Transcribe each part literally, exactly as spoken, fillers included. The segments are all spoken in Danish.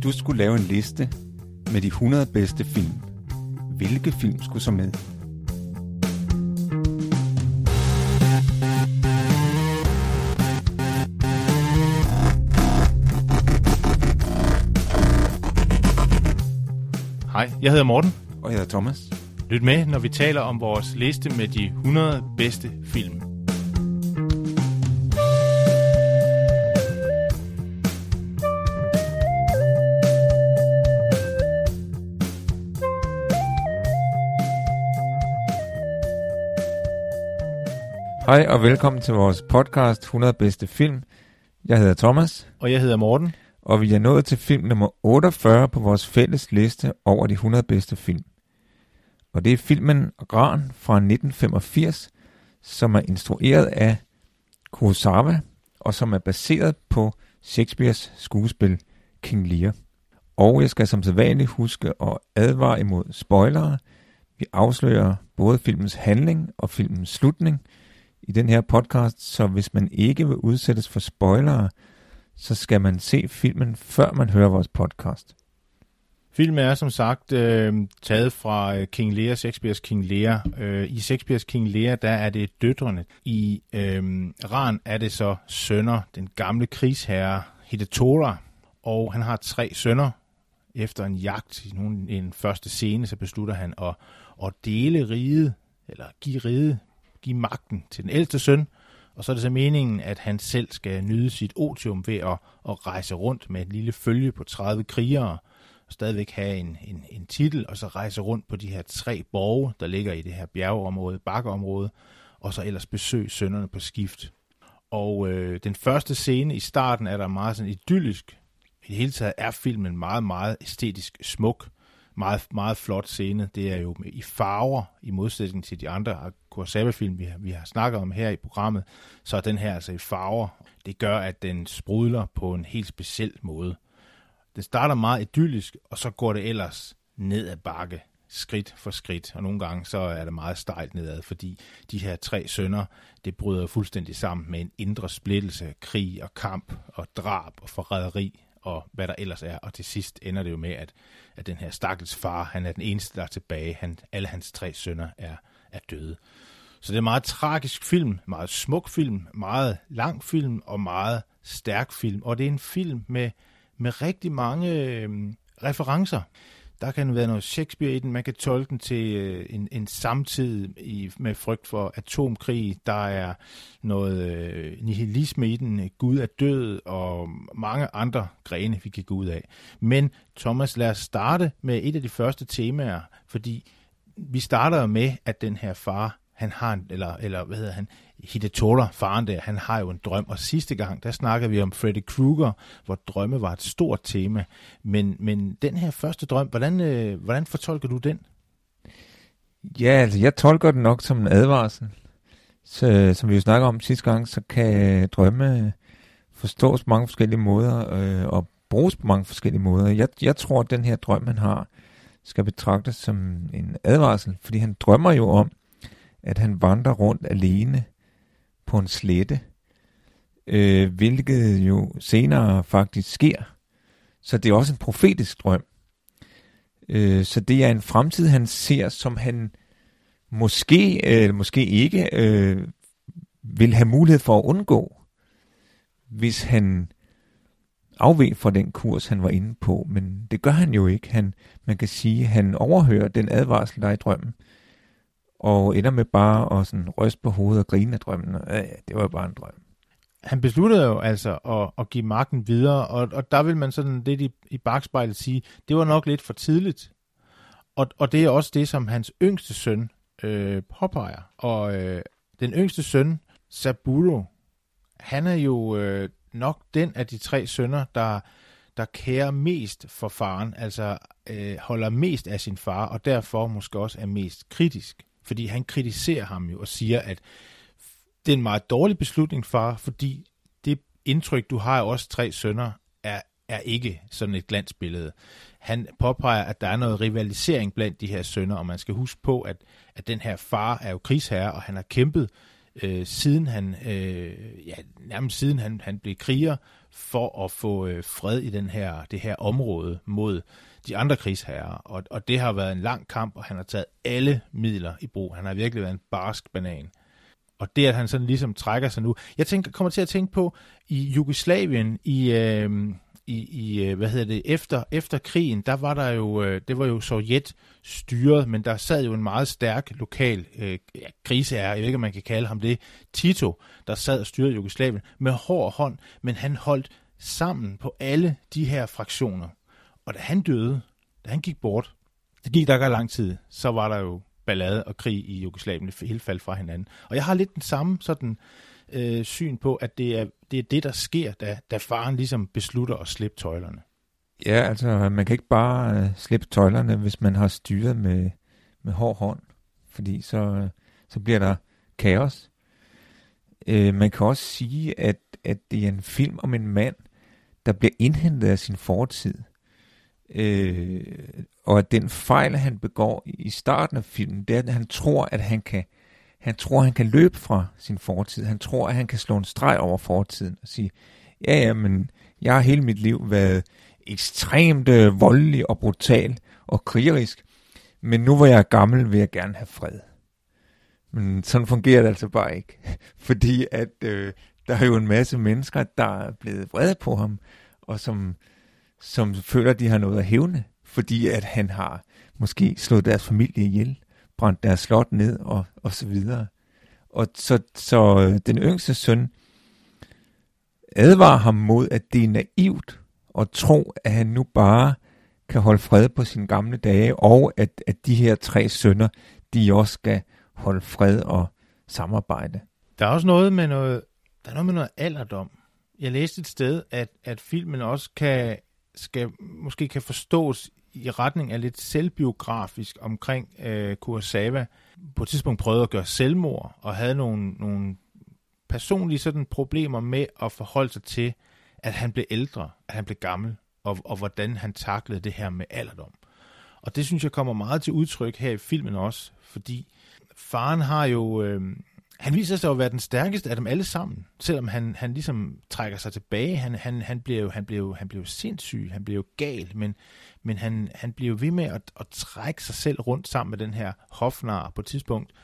du skulle lave en liste med de hundrede bedste film, hvilke film skulle så med? Hej, jeg hedder Morten. Og jeg hedder Thomas. Lyt med, når vi taler om vores liste med de hundrede bedste film. Hej og velkommen til vores podcast hundrede bedste film. Jeg hedder Thomas. Og jeg hedder Morten. Og vi er nået til film nummer otteogfyrre på vores fælles liste over de hundrede bedste film. Og det er filmen Ran fra nitten femogfirs, som er instrueret af Kurosawa, og som er baseret på Shakespeares skuespil King Lear. Og jeg skal som sædvanligt huske at advare imod spoilere. Vi afslører både filmens handling og filmens slutning i den her podcast, så hvis man ikke vil udsættes for spoilere, så skal man se filmen, før man hører vores podcast. Filmen er som sagt øh, taget fra King Lear, Shakespeares King Lear. Øh, I Shakespeares King Lear, der er det døtrene. I øh, Ran er det så sønner, den gamle krigsherre Hidetora, og han har tre sønner. Efter en jagt i nogen, en første scene, så beslutter han at, at dele riget, eller give riget, give magten til den ældste søn, og så er det så meningen, at han selv skal nyde sit otium ved at, at rejse rundt med et lille følge på tredive krigere, og stadigvæk have en, en, en titel, og så rejse rundt på de her tre borge, der ligger i det her bjergeområde, bakkeområde, og så ellers besøge sønnerne på skift. Og øh, den første scene i starten er der meget sådan idyllisk. I det hele taget er filmen meget, meget æstetisk smuk. Meget, meget flot scene. Det er jo i farver, i modsætning til de andre Kurosawa-film, vi har, vi har snakket om her i programmet. Så er den her altså i farver. Det gør, at den sprudler på en helt speciel måde. Den starter meget idyllisk, og så går det ellers ned ad bakke, skridt for skridt. Og nogle gange så er det meget stejlt nedad, fordi de her tre sønner, det bryder fuldstændig sammen med en indre splittelse, krig og kamp og drab og forræderi og hvad der ellers er. Og til sidst ender det jo med, at, at den her stakkels far, han er den eneste, der er tilbage. Han, alle hans tre sønner er, er døde. Så det er en meget tragisk film, meget smuk film, meget lang film og meget stærk film. Og det er en film med, med rigtig mange øh, referencer. Der kan være noget Shakespeare i den, man kan tolke den til øh, en, en samtid i, med frygt for atomkrig. Der er noget øh, nihilisme i den, Gud er død og mange andre grene, vi kan gå ud af. Men Thomas, lad os starte med et af de første temaer, fordi vi starter med, at den her far, han har en, eller, eller hvad hedder han, Hidetora, faren der, han har jo en drøm, og sidste gang, der snakkede vi om Freddy Krueger, hvor drømme var et stort tema, men, men den her første drøm, hvordan, øh, hvordan fortolker du den? Ja, altså jeg tolker den nok som en advarsel, så, som vi jo snakker om sidste gang, så kan drømme forstås på mange forskellige måder, øh, og bruges på mange forskellige måder. Jeg, jeg tror, at den her drøm, han har, skal betragtes som en advarsel, fordi han drømmer jo om, at han vandrer rundt alene på en slette, øh, hvilket jo senere faktisk sker. Så det er også en profetisk drøm. Øh, så det er en fremtid, han ser, som han måske eller måske ikke øh, vil have mulighed for at undgå, hvis han afveg fra den kurs, han var inde på. Men det gør han jo ikke. Han, man kan sige, at han overhører den advarsel, der er i drømmen, og ender med bare at sådan ryste på hovedet og grine af drømmen. Ja, ja, det var bare en drøm. Han besluttede jo altså at, at give magten videre, og, og der vil man sådan lidt i, i bagspejlet sige, det var nok lidt for tidligt. Og, og det er også det, som hans yngste søn øh, påpeger. Og øh, den yngste søn, Saburo, han er jo øh, nok den af de tre sønner, der, der kærer mest for faren, altså øh, holder mest af sin far, og derfor måske også er mest kritisk. Fordi han kritiserer ham jo og siger, at det er en meget dårlig beslutning, far, fordi det indtryk, du har af os tre sønner, er, er ikke sådan et glansbillede. Han påpeger, at der er noget rivalisering blandt de her sønner, og man skal huske på, at, at den her far er jo krigsherre, og han har kæmpet øh, siden han, øh, ja, nærmest siden han, han blev kriger, for at få øh, fred i den her, det her område mod de andre krigsherrer. Og, og det har været en lang kamp, og han har taget alle midler i brug. Han har virkelig været en barsk banan. Og det, at han sådan ligesom trækker sig nu. Jeg tænker, kommer til at tænke på, i Jugoslavien, i, øh, i, i hvad hedder det, efter, efter krigen, der var der jo, øh, det var jo Sovjet styret, men der sad jo en meget stærk lokal øh, ja, kriseherre, jeg ved ikke, om man kan kalde ham det, Tito, der sad og styrede Jugoslavien med hård hånd, men han holdt sammen på alle de her fraktioner. Og da han døde, da han gik bort, det gik der ikke lang tid, så var der jo ballade og krig i Jugoslavien, det hele faldt fra hinanden. Og jeg har lidt den samme sådan øh, syn på, at det er, det er det, der sker, da, da faren ligesom beslutter at slippe tøjlerne. Ja, altså man kan ikke bare øh, slippe tøjlerne, hvis man har styret med, med hård hånd, fordi så, øh, så bliver der kaos. Øh, man kan også sige, at, at det er en film om en mand, der bliver indhentet af sin fortid. Øh, og at den fejl, han begår i starten af filmen, det er, at han tror, at han kan, han tror, han kan løbe fra sin fortid. Han tror, at han kan slå en streg over fortiden og sige, ja, ja, men jeg har hele mit liv været ekstremt øh, voldelig og brutal og krigerisk, men nu hvor jeg er gammel, vil jeg gerne have fred. Men sådan fungerer det altså bare ikke. Fordi at øh, der er jo en masse mennesker, der er blevet vrede på ham, og som, som føler, at de har noget at hævne, fordi at han har måske slået deres familie ihjel, brændt deres slot ned og, og så videre. Og så, så øh, den yngste søn advarer ham mod, at det er naivt at tro, at han nu bare kan holde fred på sine gamle dage, og at, at de her tre sønner, de også skal holde fred og samarbejde. Der er også noget med noget, der er noget med noget alderdom. Jeg læste et sted, at, at filmen også kan, skal, måske kan forstås i retning af lidt selvbiografisk omkring øh, Kurosawa. På et tidspunkt prøvede at gøre selvmord, og havde nogle, nogle personlige sådan problemer med at forholde sig til, at han blev ældre, at han blev gammel, og, og hvordan han taklede det her med alderdom. Og det synes jeg kommer meget til udtryk her i filmen også, fordi faren har jo, øh, han viser sig at være den stærkeste af dem alle sammen, selvom han, han ligesom trækker sig tilbage. Han, han, han bliver jo han bliver, han bliver sindssyg, han bliver jo gal, men, men han, han bliver ved med at, at trække sig selv rundt sammen med den her hofnar på et tidspunkt.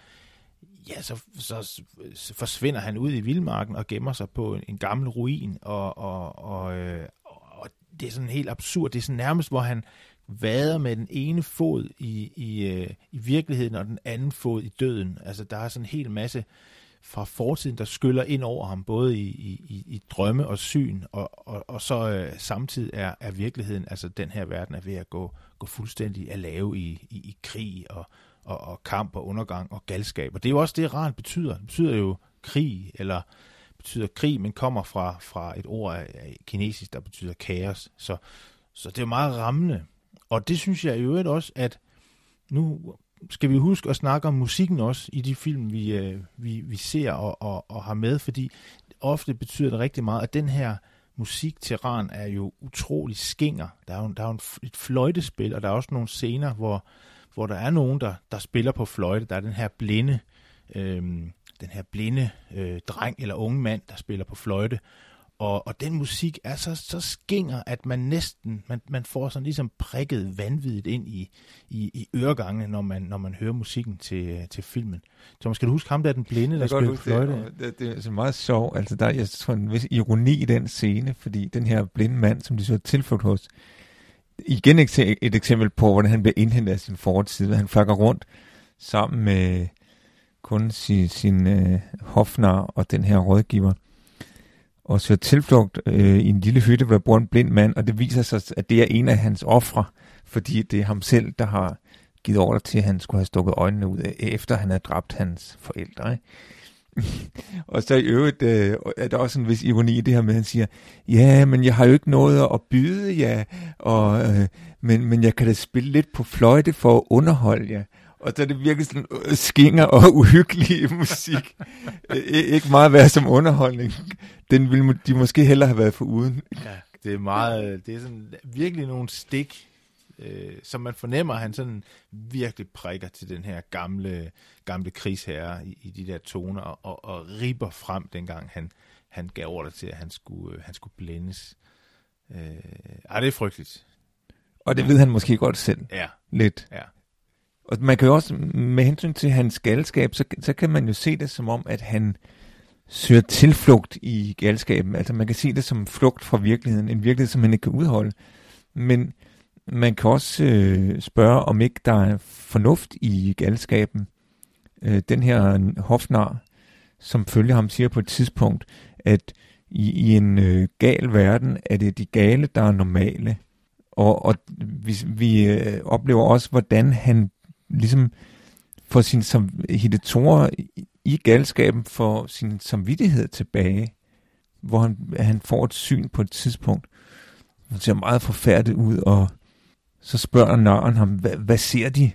Ja, så, så, så forsvinder han ud i vildmarken og gemmer sig på en, en gammel ruin, og, og, og, øh, og det er sådan helt absurd. Det er sådan nærmest, hvor han vader med den ene fod i, i, øh, i virkeligheden, og den anden fod i døden. Altså, der er sådan en hel masse fra fortiden, der skyller ind over ham, både i, i, i drømme og syn, og, og, og så øh, samtidig er, er virkeligheden, altså den her verden er ved at gå, gå fuldstændig af lave i, i, i krig og, og, og kamp og undergang og galskab. Og det er jo også det, Ran betyder. Det betyder jo krig, eller betyder krig, men kommer fra, fra et ord af kinesisk, der betyder kaos. Så, så det er jo meget rammende. Og det synes jeg i øvrigt også, at nu skal vi huske at snakke om musikken også i de film, vi, vi, vi ser og, og, og har med, fordi ofte betyder det rigtig meget, at den her musik til Ran er jo utrolig skinger. Der er jo, der er jo et fløjtespil, og der er også nogle scener, hvor, hvor der er nogen, der, der spiller på fløjte. Der er den her blinde, øh, den her blinde øh, dreng eller unge mand, der spiller på fløjte. Og, og den musik er så, så skinger, at man næsten, man, man får sådan ligesom prikket vanvittigt ind i, i, i øregangene, når man, når man hører musikken til, til filmen. Så man skal du huske ham, der er den blinde, der spiller fløjte. Det, det, det er så meget sjovt. Altså, der er jeg tror, en vis ironi i den scene, fordi den her blinde mand, som de så tilflugt hos, igen et, et eksempel på, hvordan han bliver indhentet af sin fortid. Han flakker rundt sammen med kun sin, sin øh, hofnar og den her rådgiver, og så tilflugt øh, i en lille hytte, hvor der bor en blind mand, og det viser sig, at det er en af hans ofre, fordi det er ham selv, der har givet ordre til, at han skulle have stukket øjnene ud af, efter han havde dræbt hans forældre. Ikke? Og så i øvrigt øh, er der også en vis ironi i det her med, at han siger, ja, men jeg har jo ikke noget at byde jer, og, øh, men, men jeg kan da spille lidt på fløjte for at underholde jer. Og så er det virkelig sådan øh, skinger og uhyggelig musik. Ikke meget værd som underholdning. Den ville de måske hellere have været foruden. Ja, det er meget, det er sådan virkelig nogle stik, øh, som man fornemmer, at han sådan virkelig prikker til den her gamle, gamle krigsherre i, i de der toner, og, og, og ribber frem, dengang han, han gav ordre til, at han skulle, øh, han skulle blændes. Øh, ej, det er frygteligt. Og det ved han måske godt selv. Ja. Lidt. Ja. Og man kan jo også, med hensyn til hans galskab, så, så kan man jo se det som om, at han søger tilflugt i galskaben. Altså man kan se det som flugt fra virkeligheden, en virkelighed, som han ikke kan udholde. Men man kan også øh, spørge, om ikke der er fornuft i galskaben. Øh, den her hofnar, som følger ham, siger på et tidspunkt, at i, i en øh, gal verden er det de gale, der er normale. Og, og vi, vi øh, oplever også, hvordan han ligesom får sin som Hidetora i galskaben får sin samvittighed tilbage, hvor han, han får et syn på et tidspunkt. Han ser meget forfærdet ud, og så spørger narren ham, hvad, hvad ser de?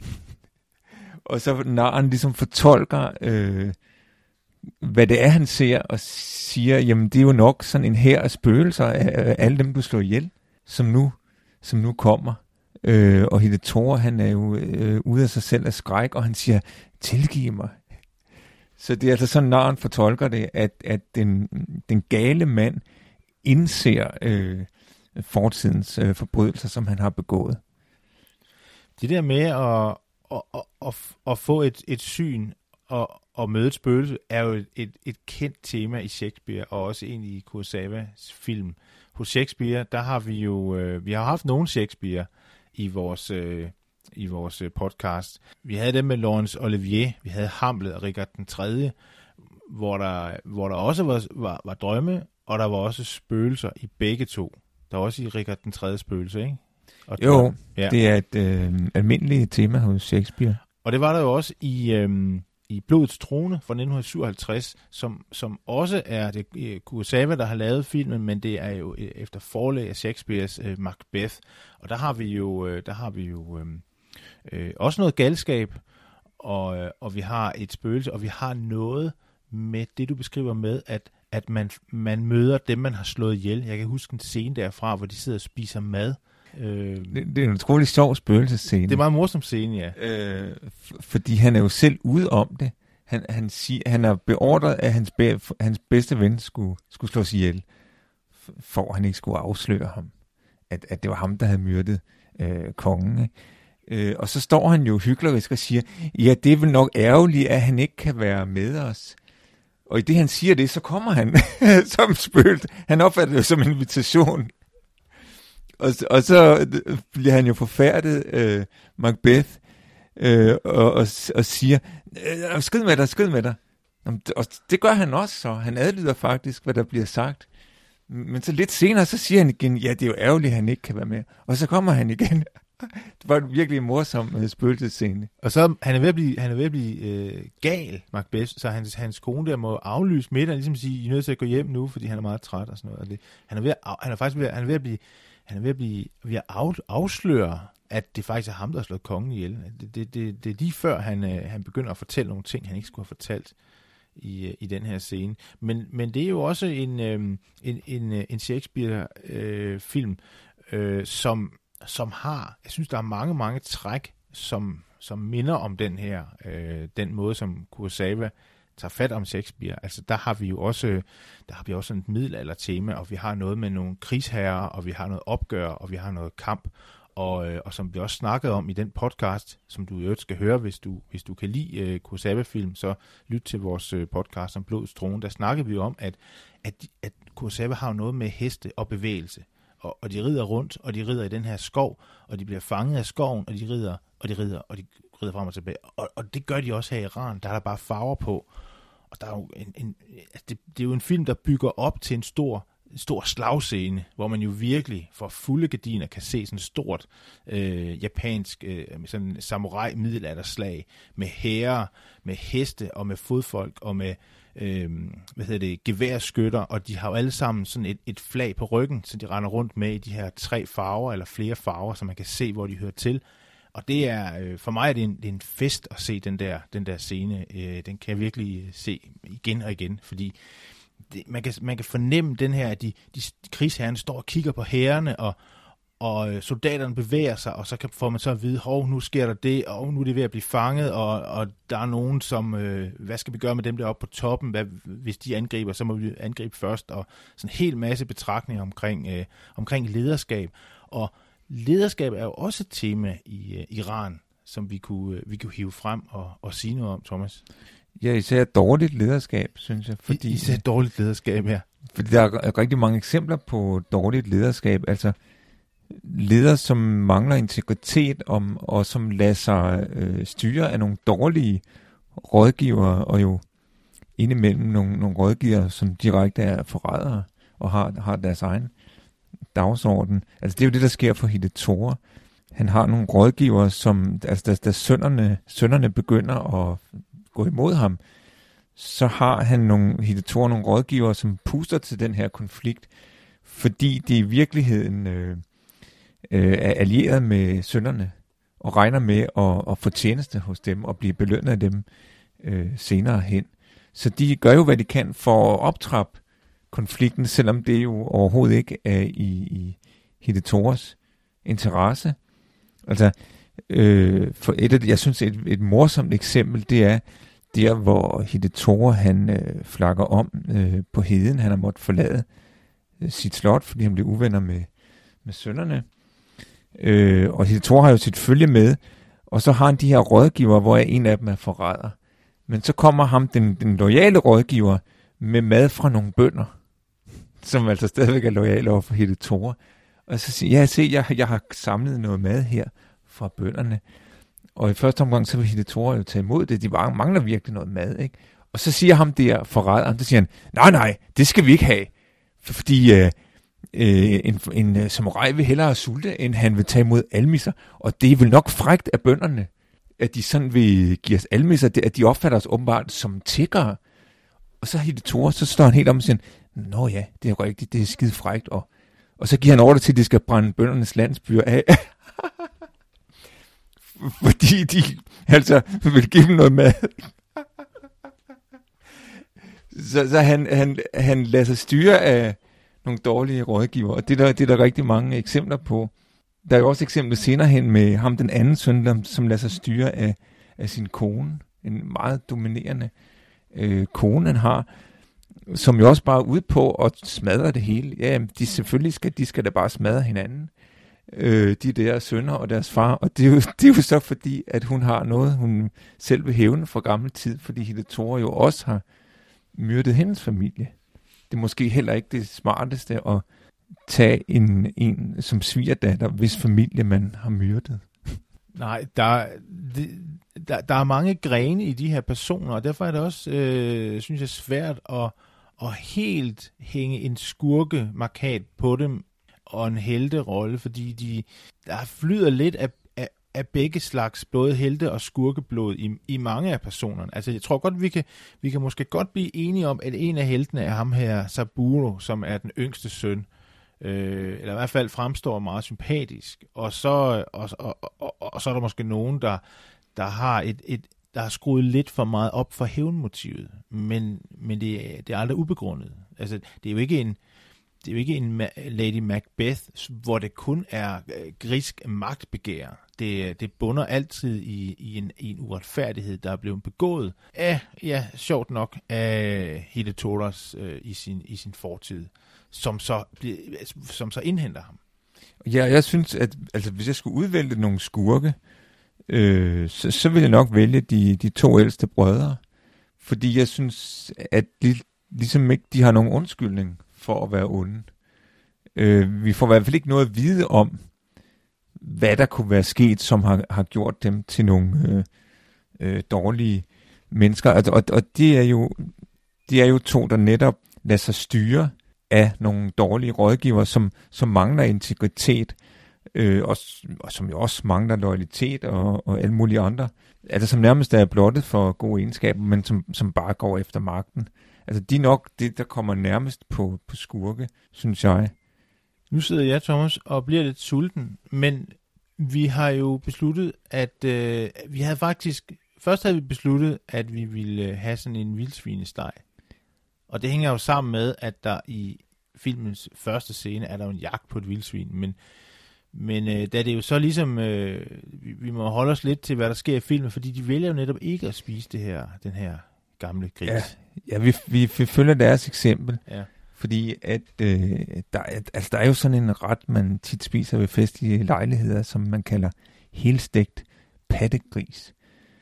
Og så narren ligesom fortolker, øh, hvad det er, han ser, og siger, jamen det er jo nok sådan en hær af spøgelser af alle dem, du slår ihjel, som nu, som nu kommer. Øh, og Hidetora, han er jo øh, ude af sig selv af skræk, og han siger, tilgiv mig. Så det er altså sådan, narren fortolker det, at, at den, den gale mand indser øh, fortidens øh, forbrydelser, som han har begået. Det der med at, at, at, at, at få et, et syn og, og møde et spøgelse, er jo et, et, et kendt tema i Shakespeare, og også egentlig i Kurosawas film. Hos Shakespeare, der har vi jo, øh, vi har haft nogle Shakespeare i vores, øh, i vores podcast. Vi havde dem med Laurence Olivier, vi havde Hamlet og Richard den tredje, hvor der, hvor der også var, var, var drømme, og der var også spøgelser i begge to. Der var også i Richard den tredje spøgelse, ikke? Og jo, ja. Det er et øh, almindeligt tema hos Shakespeare. Og det var der jo også i, øh, i Blodets trone fra nitten syvoghalvtreds, som, som også er det Kurosawa, der har lavet filmen, men det er jo efter forlæg af Shakespeares øh, Macbeth. Og der har vi jo, øh, der har vi jo øh, øh, også noget galskab, og, øh, og vi har et spøgelse, og vi har noget med det, du beskriver med, at, at man, man møder dem, man har slået ihjel. Jeg kan huske en scene derfra, hvor de sidder og spiser mad. Øh, det, det er en utrolig sjov spøgelsescene. Det er meget morsom scene, ja. Øh, f- fordi han er jo selv ude om det. Han, han, sig, han er beordret, at hans, be, hans bedste ven skulle, skulle slås ihjel, for at han ikke skulle afsløre ham. At, at det var ham, der havde myrdet øh, kongen. Ikke? Øh, og så står han jo hyklerisk og siger, ja, det er vel nok ærgerligt, at han ikke kan være med os. Og i det, han siger det, så kommer han som spøgelse. Han opfatter det jo som en invitation. Og, og så bliver han jo forfærdet, øh, Macbeth, øh, og, og, og siger, øh, skyd med dig, skyd med dig. Og det gør han også, så han adlyder faktisk, hvad der bliver sagt. Men så lidt senere, så siger han igen, ja, det er jo ærgerligt, at han ikke kan være med. Og så kommer han igen. Det var en virkelig morsom uh, spøgelsesscene. Og så han er ved at blive, han er ved at blive øh, gal, Macbeth, så hans, hans kone der må aflyse middag, ligesom sige, I er nødt til at gå hjem nu, fordi han er meget træt og sådan noget. Og det, han er ved at, han er faktisk ved, han er ved at blive, han er ved at blive, ved at af, afsløre, at det faktisk er ham, der har slået kongen ihjel. Det, det, det, det er lige før, han, øh, han begynder at fortælle nogle ting, han ikke skulle have fortalt i, i den her scene. Men, men det er jo også en, øh, en, en, en Shakespeare-film, øh, øh, som som har, jeg synes, der er mange, mange træk, som, som minder om den her, øh, den måde, som Kurosawa tager fat om Shakespeare. Altså, der har vi jo også, der har vi også et middelaldertema, og vi har noget med nogle krigsherrer, og vi har noget opgør, og vi har noget kamp, og, øh, og som vi også snakkede om i den podcast, som du i øvrigt skal høre, hvis du, hvis du kan lide øh, Kurosawa-film, så lyt til vores øh, podcast om Blodets trone. Der snakkede vi om, at, at, at Kurosawa har noget med heste og bevægelse. Og, og de rider rundt, og de rider i den her skov, og de bliver fanget af skoven, og de rider, og de rider, og de rider frem og tilbage. Og, og det gør de også her i Iran. Der er der bare farver på. Og der er jo en, en, altså det, det er jo en film, der bygger op til en stor, en stor slagscene, hvor man jo virkelig for fulde gardiner kan se sådan et stort øh, japansk øh, sådan samurai middelalderslag med hære, med heste og med fodfolk og med Øh, hvad hedder det, geværskytter, og de har jo alle sammen sådan et, et flag på ryggen, så de render rundt med i de her tre farver, eller flere farver, så man kan se, hvor de hører til. Og det er, øh, for mig er det, en, det er en fest at se den der, den der scene. Øh, den kan jeg virkelig se igen og igen, fordi det, man, kan, man kan fornemme den her, at de, de krigsherrerne står og kigger på hærene, og, og soldaterne bevæger sig, og så kan, får man så at vide, hov, nu sker der det, og nu er det ved at blive fanget, og, og der er nogen, som, øh, hvad skal vi gøre med dem der oppe på toppen, hvad, hvis de angriber, så må vi angribe først, og sådan en hel masse betragtninger omkring, øh, omkring lederskab. Og lederskab er jo også et tema i øh, Iran, som vi kunne, øh, vi kunne hive frem og, og sige noget om, Thomas. Ja, især dårligt lederskab, synes jeg. Fordi, især dårligt lederskab, ja. Fordi der er rigtig mange eksempler på dårligt lederskab, altså ledere, som mangler integritet om, og som lader sig øh, styre af nogle dårlige rådgivere, og jo indimellem nogle, nogle rådgivere, som direkte er forrædere og har, har deres egen dagsorden. Altså det er jo det, der sker for Hidetora. Han har nogle rådgivere, som, altså da, da sønnerne, sønnerne begynder at gå imod ham, så har han nogle, Hidetora nogle rådgivere, som puster til den her konflikt, fordi de i virkeligheden øh, øh, er allieret med sønnerne, og regner med at, at få tjeneste hos dem, og blive belønnet af dem øh, senere hen. Så de gør jo, hvad de kan for at optrappe konflikten, selvom det jo overhovedet ikke er i, i Hidetoras interesse. Altså, øh, for et af, jeg synes, et, et morsomt eksempel, det er der, hvor Hidetora, han øh, flakker om øh, på heden. Han har måttet forlade øh, sit slot, fordi han blev uvenner med, med sønnerne. Øh, og Hidetora har jo sit følge med, og så har han de her rådgiver, hvor en af dem er forræder. Men så kommer ham, den, den loyale rådgiver, med mad fra nogle bønder, som altså stadigvæk er loyale over for Hidetora. Og så siger jeg, ja, se, jeg, jeg har samlet noget mad her fra bønderne. Og i første omgang, så vil Hidetora jo tage imod det. De bare mangler virkelig noget mad, ikke? Og så siger ham der forræderen, så siger han, nej, nej, det skal vi ikke have. Fordi øh, øh, en, en samurai vil hellere sulte, end han vil tage imod almisser. Og det er vel nok frækt af bønderne, at de sådan vil give os almisser, at de opfatter os åbenbart som tiggere. Og så Hidetora, så står han helt om og siger, nå ja, det er rigtigt, det er skide frækt. Og, og så giver han ordre til, at de skal brænde bøndernes landsbyer af. Fordi de altså vil give dem noget mad. så så han, han, han lader sig styre af nogle dårlige rådgiver, og det er der, det er der rigtig mange eksempler på. Der er jo også eksempler senere hen med ham, den anden søn, som lader sig styre af, af sin kone. En meget dominerende øh, kone, han har, som jo også bare er ude på at smadre det hele. Ja, de selvfølgelig skal, de skal da bare smadre hinanden. Øh, de der sønner og deres far, og det er, jo, det er jo så fordi, at hun har noget, hun selv vil hævne fra gammel tid, fordi Hidetora jo også har myrdet hendes familie. Det er måske heller ikke det smarteste at tage en, en som svigerdatter, hvis familie man har myrdet. Nej, der, det, der, der er mange grene i de her personer, og derfor er det også, øh, synes jeg, svært at, at helt hænge en skurkemarkat på dem, og en helterolle, fordi de, der flyder lidt af, af, af begge slags, både helte- og skurkeblod i, i mange af personerne. Altså jeg tror godt, vi kan, vi kan måske godt blive enige om, at en af heltene er ham her, Saburo, som er den yngste søn, øh, eller i hvert fald fremstår meget sympatisk. Og så, og, og, og, og så er der måske nogen, der, der har et, et der har skruet lidt for meget op for hævnmotivet, men, men det, det er aldrig ubegrundet. Altså det er jo ikke en Det er jo ikke en Lady Macbeth, hvor det kun er grisk magtbegær. Det, det bunder altid i, i, en, i en uretfærdighed, der er blevet begået af, ja, sjovt nok, af Hidetoras øh, i, sin, i sin fortid, som så, som så indhenter ham. Ja, jeg synes, at altså, hvis jeg skulle udvælge nogle skurke, øh, så, så ville jeg nok vælge de, de to ældste brødre. Fordi jeg synes, at de ligesom ikke de har nogen undskyldning for at være onde. Øh, vi får i hvert fald ikke noget at vide om, hvad der kunne være sket, som har, har gjort dem til nogle øh, øh, dårlige mennesker. Og, og, og det er jo de er jo to, der netop lader sig styre af nogle dårlige rådgiver, som, som mangler integritet, øh, og, og som jo også mangler loyalitet og, og alle mulige andre. Altså som nærmest er blottet for gode egenskaber, men som, som bare går efter magten. Altså de er nok det, der kommer nærmest på, på skurke, synes jeg. Nu sidder jeg, Thomas, og bliver lidt sulten, men vi har jo besluttet, at øh, vi havde faktisk... Først havde vi besluttet, at vi ville have sådan en vildsvinesteg. Og det hænger jo sammen med, at der i filmens første scene er der en jagt på et vildsvin, men, Men øh, da det er jo så ligesom, øh, vi, vi må holde os lidt til, hvad der sker i filmen, fordi de vælger jo netop ikke at spise det her, den her gamle gris. Ja, ja vi, vi, vi følger deres eksempel, ja. Fordi at øh, der, altså, der er jo sådan en ret, man tit spiser ved festlige lejligheder, som man kalder helstegt pattegris.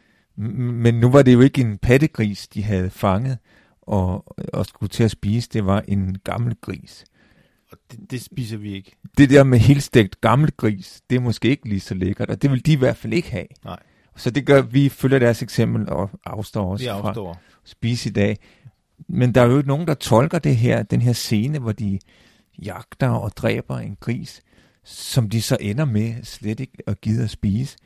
Men nu var det jo ikke en pattegris, de havde fanget og, og skulle til at spise, det var en gammel gris. Og det, det spiser vi ikke. Det der med helstegt gammel gris, det er måske ikke lige så lækkert, og det vil de i hvert fald ikke have. Nej. Så det gør, vi følger deres eksempel og afstår også afstår. fra at spise i dag. Men der er jo ikke nogen, der tolker det her, den her scene, hvor de jagter og dræber en gris, som de så ender med slet ikke at gide at spise.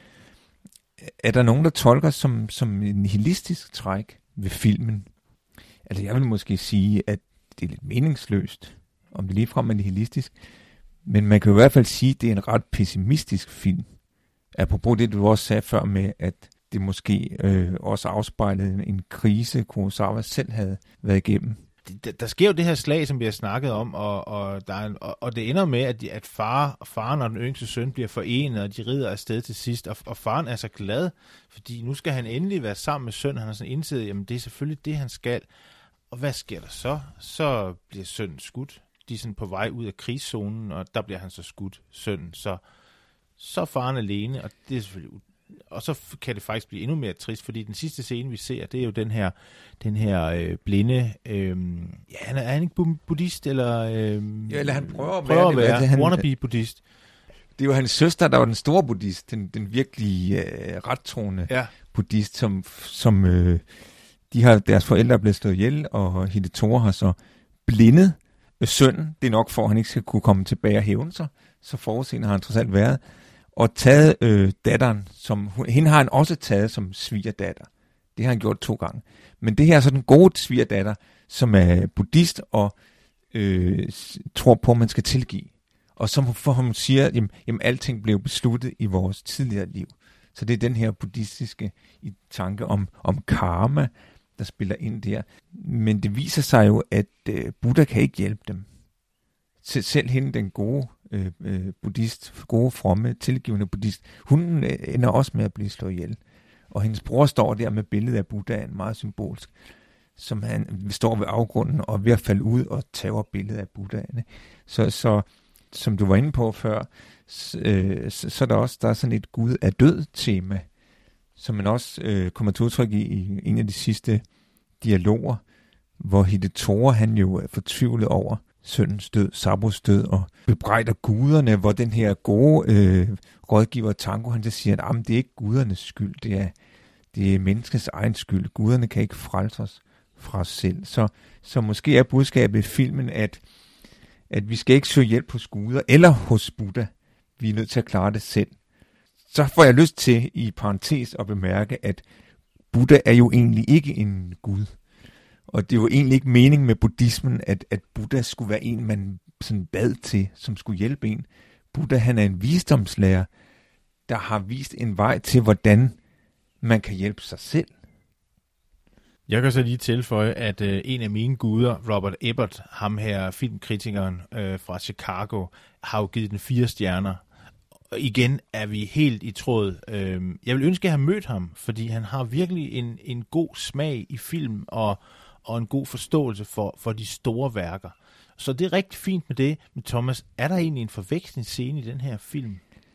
Er der nogen, der tolker som, som en nihilistisk træk ved filmen? Altså jeg vil måske sige, at det er lidt meningsløst, om det ligefrem er nihilistisk, men man kan jo i hvert fald sige, at det er en ret pessimistisk film. Apropos det, du også sagde før med, at det måske øh, også afspejlede en, en krise, Kurosawa selv havde været igennem. Der, der sker jo det her slag, som vi har snakket om, og, og, der er, og, og det ender med, at, de, at far, faren og den yngste søn bliver forenet, og de rider afsted til sidst, og, og faren er så glad, fordi nu skal han endelig være sammen med søn. Han har sådan indset, jamen det er selvfølgelig det, han skal. Og hvad sker der så? Så bliver sønnen skudt. De er sådan på vej ud af krigszonen, og der bliver han så skudt, sønnen. Så, så er faren alene, og det er selvfølgelig og så kan det faktisk blive endnu mere trist, fordi den sidste scene, vi ser, det er jo den her, den her øh, blinde, øh, ja, han er, er han ikke buddhist, eller... Øh, ja, eller han prøver at prøver være, at være altså, han, wannabe-buddhist. Det er jo hans søster, der var den store buddhist, den, den virkelig øh, rettroende ja. buddhist, som, som øh, de har, deres forældre er blevet slået ihjel, og Hidetora har så blindet øh, sønnen. Det er nok for, at han ikke skal kunne komme tilbage og hævne sig. Så forudseende har han trods alt været. Og taget øh, datteren, som hende har han også taget som svigerdatter. Det har han gjort to gange. Men det her er så den gode svigerdatter, som er buddhist og øh, tror på, at man skal tilgive. Og som for ham siger, at jamen, jamen, alting blev besluttet i vores tidligere liv. Så det er den her buddhistiske tanke om, om karma, der spiller ind der. Men det viser sig jo, at øh, Buddha kan ikke hjælpe dem. Selv hende, den gode øh, øh, buddhist, gode, fromme, tilgivende buddhist, hun øh, ender også med at blive slået ihjel. Og hendes bror står der med billedet af Buddhaen, meget symbolsk, som han står ved afgrunden og er ved at falde ud og tager billedet af Buddhaen. Så, så som du var inde på før, så, øh, så, så er der også der er sådan et Gud er død tema, som man også øh, kommer til udtryk i, i en af de sidste dialoger, hvor Hidetora, han jo er fortvivlet over sønnens død, Sabos død, og bebrejder guderne, hvor den her gode øh, rådgiver Tango, han så siger, at det er ikke gudernes skyld, det er, det er menneskets egen skyld. Guderne kan ikke frelse os fra os selv. Så, så måske er budskabet i filmen, at, at vi skal ikke søge hjælp hos guder, eller hos Buddha. Vi er nødt til at klare det selv. Så får jeg lyst til, i parentes, at bemærke, at Buddha er jo egentlig ikke en gud. Og det er jo egentlig ikke meningen med buddhismen, at, at Buddha skulle være en, man sådan bad til, som skulle hjælpe en. Buddha, han er en visdomslærer, der har vist en vej til, hvordan man kan hjælpe sig selv. Jeg kan så lige tilføje, at øh, en af mine guder, Robert Ebert, ham her filmkritikeren øh, fra Chicago, har jo givet den fire stjerner. Og igen er vi helt i tråd. Øh, jeg vil ønske, at jeg har mødt ham, fordi han har virkelig en, en god smag i film, og og en god forståelse for, for de store værker. Så det er rigtig fint med det. Men Thomas, er der egentlig en forvekslingsscene i den her film?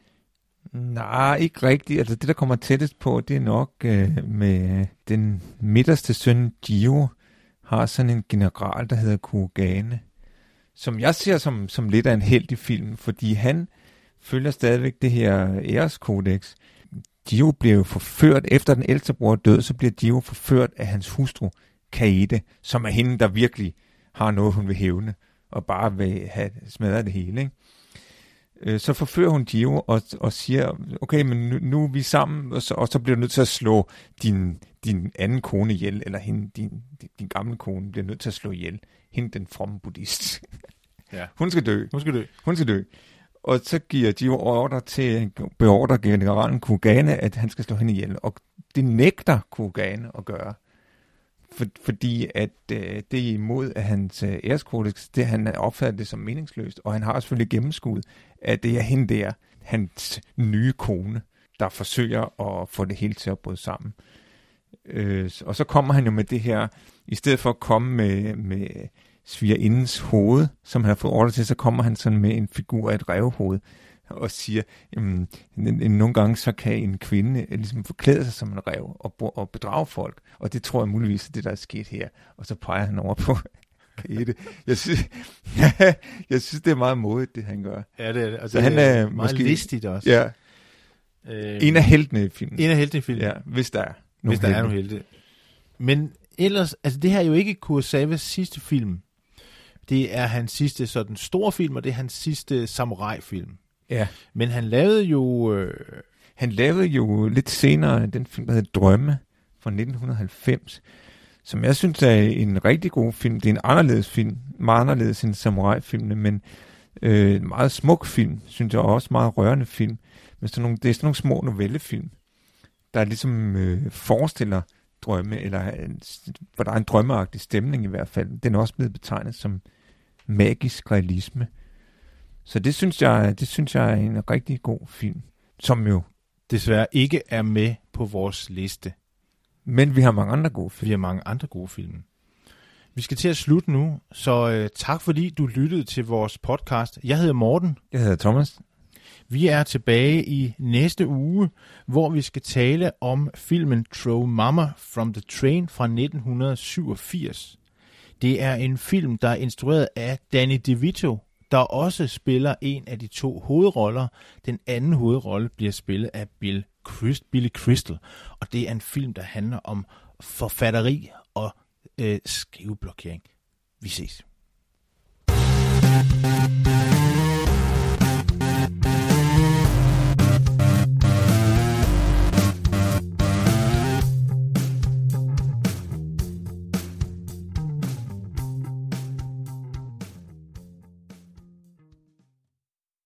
Nej, ikke rigtigt. Altså det, der kommer tættest på, det er nok øh, med den midterste søn, Gio, har sådan en general, der hedder Kurogane, som jeg ser som, som lidt af en helt i filmen, fordi han følger stadigvæk det her æreskodex. Gio bliver jo forført, efter den ældste bror død, så bliver Gio forført af hans hustru, Kaede, som er hende, der virkelig har noget, hun vil hævne, og bare vil have smadret det hele. Ikke? Så forfører hun Gio og, og siger, okay, men nu, nu er vi sammen, og så, og så bliver du nødt til at slå din, din anden kone ihjel, eller hende, din, din, din gamle kone bliver nødt til at slå ihjel. Hende, den fromme buddhist. Ja. Hun skal dø. Hun skal dø. Hun skal dø. Og så giver Gio ordre til, beordrer generalen Kurogane, at han skal slå hende ihjel. Og det nægter Kurogane at gøre. For, fordi at øh, det er imod at hans øh, æreskodex, det han opfatter det som meningsløst, og han har selvfølgelig gennemskuet, at det er hende der, hans nye kone, der forsøger at få det hele til at bryde sammen. Øh, og så kommer han jo med det her, i stedet for at komme med, med svigerindens hoved, som han har fået ordre til, så kommer han sådan med en figur af et rævehoved, og siger, jamen, nogle gange så kan en kvinde ligesom forklæde sig som en ræv og, og bedrage folk, og det tror jeg muligvis er det, der er sket her. Og så peger han over på Kate. Jeg synes, jeg synes, det er meget modigt, det han gør. Ja, det er det. Og så det han er, er meget måske, listigt også. Ja. Øh, en af heltene i filmen. En af heltene i filmen. Ja, hvis der er Hvis der helte. er nogle helte. Men ellers, altså det her er jo ikke Kurosawas sidste film. Det er hans sidste sådan store film, og det er hans sidste samurai-film. Ja. Men han lavede jo... Øh... Han lavede jo lidt senere den film, der hedder Drømme fra nitten halvfems, som jeg synes er en rigtig god film. Det er en anderledes film, meget anderledes end samurai-filmene, men øh, en meget smuk film, synes jeg også, meget rørende film. Men sådan nogle, det er sådan nogle små novellefilm, der ligesom øh, forestiller drømme, eller en, hvor der er en drømmeagtig stemning i hvert fald. Den er også blevet betegnet som magisk realisme. Så det synes jeg, det synes jeg er en rigtig god film, som jo desværre ikke er med på vores liste. Men vi har mange andre gode film. Vi har mange andre gode film. Vi skal til at slutte nu, så øh, tak fordi du lyttede til vores podcast. Jeg hedder Morten. Jeg hedder Thomas. Vi er tilbage i næste uge, hvor vi skal tale om filmen Throw Mama from the Train fra nitten syvogfirs. Det er en film, der er instrueret af Danny DeVito, der også spiller en af de to hovedroller. Den anden hovedrolle bliver spillet af Bill Christ, Billy Crystal, og det er en film, der handler om forfatteri og øh, skriveblokering. Vi ses.